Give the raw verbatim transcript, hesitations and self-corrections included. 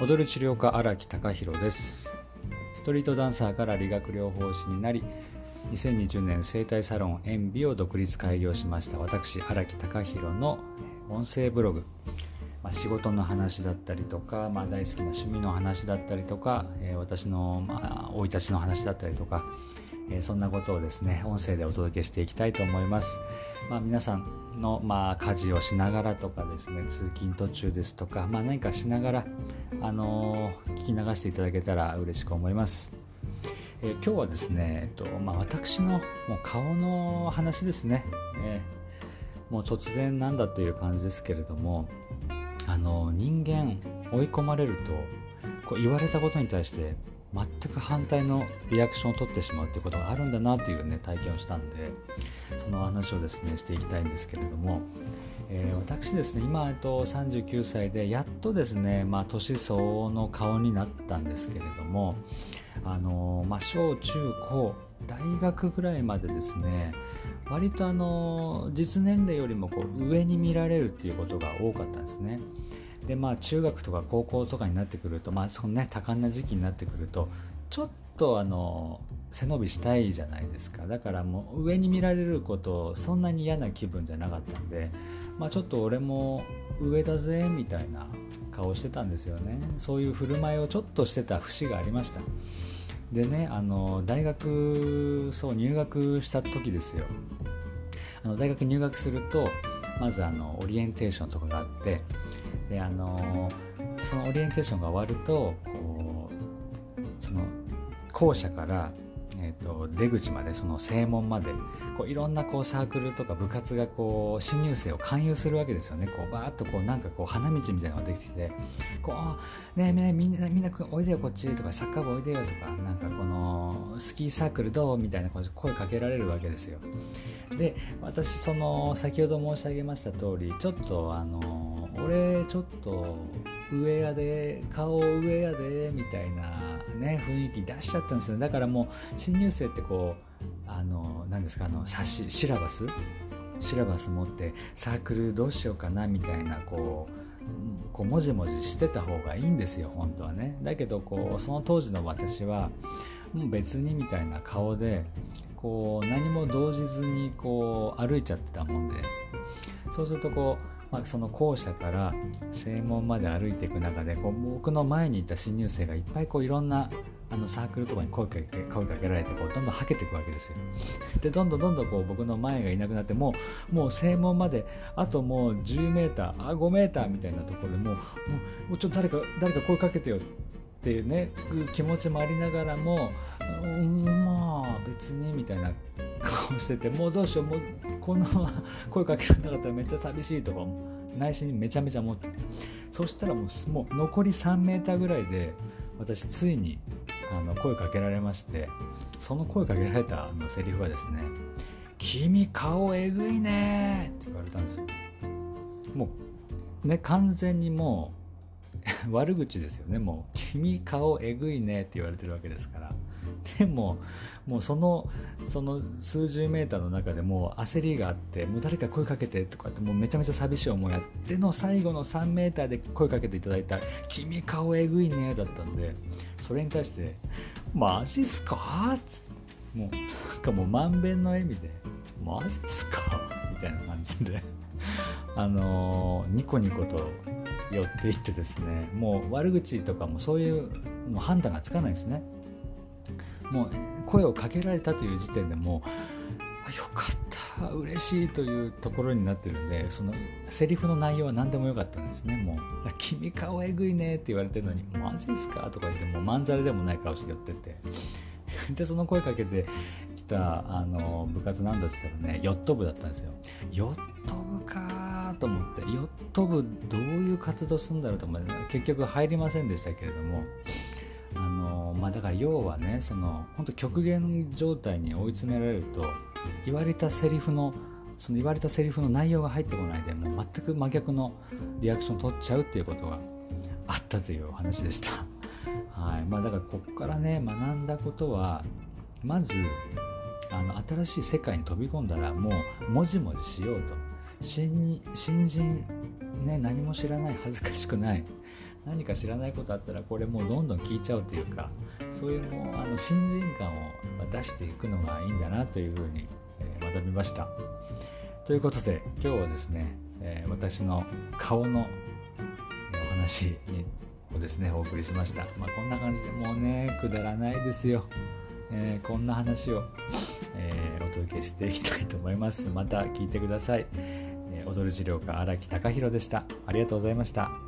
踊る治療家荒木隆弘です。ストリートダンサーから理学療法士になり、にせんにじゅうねん整体サロン円美を独立開業しました私荒木隆弘の音声ブログ、まあ、仕事の話だったりとか、まあ、大好きな趣味の話だったりとか、えー、私のまあ生い立ちの話だったりとか、えー、そんなことをですね音声でお届けしていきたいと思います。まあ、皆さんの、まあ、家事をしながらとかですね、通勤途中ですとか、まあ、何かしながら、あのー、聞き流していただけたら嬉しく思います。えー、今日はですね、えっとまあ、私のもう顔の話ですね、えー、もう突然なんだという感じですけれども、あのー、人間追い込まれるとこう言われたことに対して全く反対のリアクションを取ってしまうということがあるんだなという、ね、体験をしたんで、その話をですねしていきたいんですけれども、えー、私ですね今とさんじゅうきゅうさいでやっとですね、まあ、年相応の顔になったんですけれども、あのーまあ、小中高大学ぐらいまでですね割とあのー実年齢よりもこう上に見られるっていうことが多かったんですね。でまあ、中学とか高校とかになってくると、まあそのね、多感な時期になってくるとちょっとあの背伸びしたいじゃないですか。だからもう上に見られることそんなに嫌な気分じゃなかったんで、まあ、ちょっと俺も上だぜみたいな顔してたんですよね。そういう振る舞いをちょっとしてた節がありました。でね、あの大学そう入学した時ですよ。あの大学入学するとまずあのオリエンテーションとかがあって、であのそのオリエンテーションが終わるとこうその校舎から、えー、と出口までその正門までこういろんなこうサークルとか部活がこう新入生を勧誘するわけですよね。こうバーッとこうなんかこう花道みたいなのができてて、こうねえねえみんなみんなおいでよこっちとか、サッカー部おいでよとか、なんかこのスキーサークルどうみたいな声かけられるわけですよ。で私その先ほど申し上げました通り、ちょっとあの俺ちょっと上やで顔上やでみたいなね雰囲気出しちゃったんですよ。だからもう新入生ってこうあの何ですか、あの冊子シラバスシラバス持ってサークルどうしようかなみたいなこうこうもじもじしてた方がいいんですよ本当はね。だけどこうその当時の私はもう別にみたいな顔でこう何も動じずにこう歩いちゃってたもんで、そうするとこう、まあ、その校舎から正門まで歩いていく中でこう僕の前にいた新入生がいっぱいこういろんなあのサークルとかに声かけ、声かけられてこうどんどんはけていくわけですよ。でどんどんどんどんこう僕の前がいなくなって、もうもう正門まであともうじゅうメーターあごメーターみたいなところでもう、もう、もうちょっと誰か誰か声かけてよっていうね気持ちもありながらも、うん、まあ別にみたいな顔してて、もうどうしよう、もうこのまま声かけられなかったらめっちゃ寂しいとか内心にめちゃめちゃ思って、そしたらもう、もう残りさんメーターぐらいで私ついにあの声かけられまして、その声かけられたあのセリフはですね、君顔えぐいねって言われたんですよ。もうね完全にもう悪口ですよね。もう君顔えぐいねって言われてるわけですから。でももうそのその数十メーターの中でもう焦りがあって、もう誰か声かけてとかってもうめちゃめちゃ寂しい思いやっての最後のさんメーターで声かけていただいた君顔えぐいねだったんで、それに対してマジっすかっつって、もうなんかもう満遍の笑みでマジっすかみたいな感じであのー、ニコニコと寄っていってですね、もう悪口とかもそういうの判断がつかないですね。もう声をかけられたという時点でもうよかった嬉しいというところになってるんで、そのセリフの内容は何でもよかったんですね。もう君顔えぐいねって言われてるのにマジっすかとか言って、もうまんざらでもない顔して寄ってってでその声かけてきたあの部活なんだって言ったらね、ヨット部だったんですよ。ヨット部かと思って、ヨット部どういう活動するんだろうと思って、結局入りませんでしたけれども、あのまあ、だから要はね、その本当極限状態に追い詰められると言われたセリフのその言われたセリフの内容が入ってこないで、もう全く真逆のリアクションを取っちゃうっていうことがあったというお話でしたはい。まあ、だからここからね学んだことは、まずあの新しい世界に飛び込んだらもうもじもじしようと、新新人、ね、何も知らない、恥ずかしくない、 何か知らないことあったらこれもうどんどん聞いちゃうというか、そういうもうあの新人感を出していくのがいいんだなというふうに、えー、学びました。ということで今日はですね、えー、私の顔の、えー、お話をですねお送りしました。まあ、こんな感じでもうねくだらないですよ。えー、こんな話を、えー、お届けしていきたいと思います。また聞いてください。えー、踊る治療家荒木貴弘でした。ありがとうございました。